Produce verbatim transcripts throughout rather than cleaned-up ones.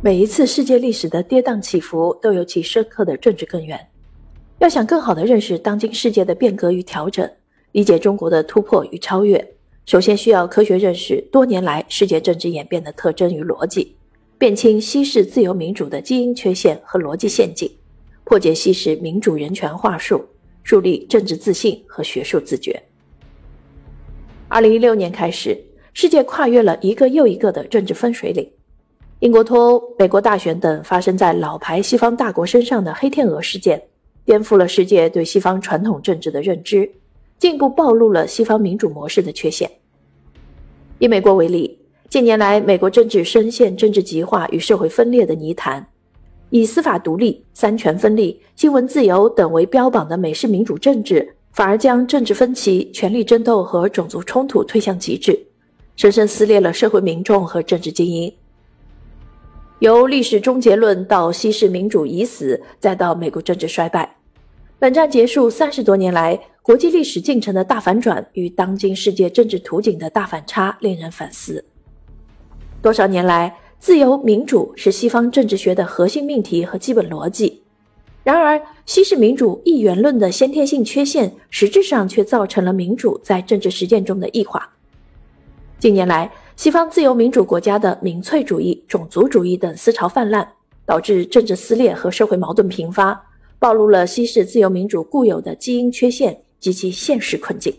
每一次世界历史的跌宕起伏都有其深刻的政治根源。要想更好地认识当今世界的变革与调整，理解中国的突破与超越，首先需要科学认识多年来世界政治演变的特征与逻辑，辨清西式自由民主的基因缺陷和逻辑陷阱，破解西式民主人权话术，树立政治自信和学术自觉。二零一六年开始，世界跨越了一个又一个的政治分水岭。英国脱欧、美国大选等发生在老牌西方大国身上的黑天鹅事件，颠覆了世界对西方传统政治的认知，进一步暴露了西方民主模式的缺陷。以美国为例，近年来美国政治深陷政治极化与社会分裂的泥潭，以司法独立、三权分立、新闻自由等为标榜的美式民主政治，反而将政治分歧、权力争斗和种族冲突推向极致，深深撕裂了社会民众和政治精英。由历史终结论到西式民主已死，再到美国政治衰败，冷战结束三十多年来，国际历史进程的大反转与当今世界政治图景的大反差令人反思。多少年来，自由民主是西方政治学的核心命题和基本逻辑，然而西式民主一元论的先天性缺陷实质上却造成了民主在政治实践中的异化。近年来，西方自由民主国家的民粹主义、种族主义等思潮泛滥，导致政治撕裂和社会矛盾频发，暴露了西式自由民主固有的基因缺陷及其现实困境。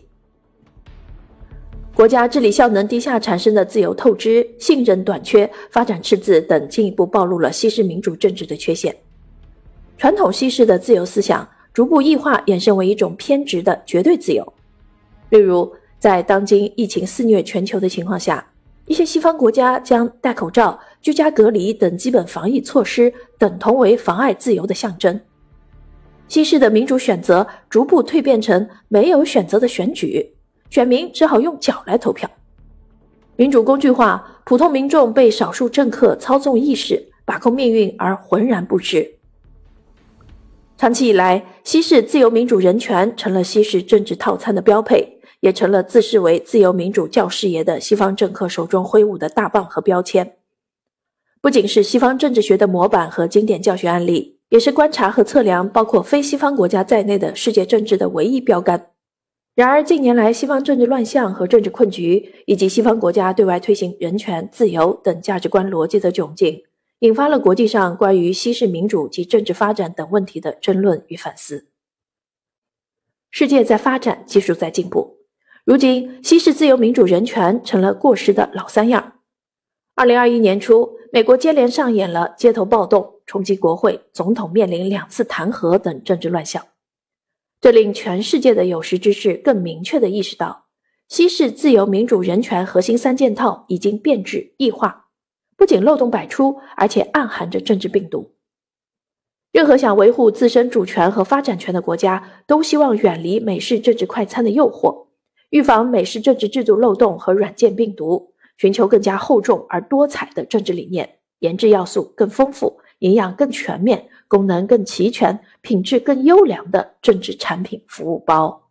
国家治理效能低下产生的自由透支、信任短缺、发展赤字等进一步暴露了西式民主政治的缺陷。传统西式的自由思想逐步异化衍生为一种偏执的绝对自由。例如，在当今疫情肆虐全球的情况下，一些西方国家将戴口罩、居家隔离等基本防疫措施等同为妨碍自由的象征。西式的民主选择逐步蜕变成没有选择的选举，选民只好用脚来投票。民主工具化，普通民众被少数政客操纵意识、把控命运而浑然不知。长期以来，西式自由民主人权成了西式政治套餐的标配，也成了自视为自由民主教师爷的西方政客手中挥舞的大棒和标签。不仅是西方政治学的模板和经典教学案例，也是观察和测量包括非西方国家在内的世界政治的唯一标杆。然而近年来西方政治乱象和政治困局，以及西方国家对外推行人权、自由等价值观逻辑的窘境，引发了国际上关于西式民主及政治发展等问题的争论与反思。世界在发展，技术在进步，如今西式自由民主人权成了过时的老三样。二零二一年初，美国接连上演了街头暴动、冲击国会、总统面临两次弹劾等政治乱象。这令全世界的有识之士更明确地意识到，西式自由民主人权核心三件套已经变质异化，不仅漏洞百出，而且暗含着政治病毒。任何想维护自身主权和发展权的国家都希望远离美式政治快餐的诱惑，预防美式政治制度漏洞和软件病毒，寻求更加厚重而多彩的政治理念，研制要素更丰富，营养更全面，功能更齐全，品质更优良的政治产品服务包。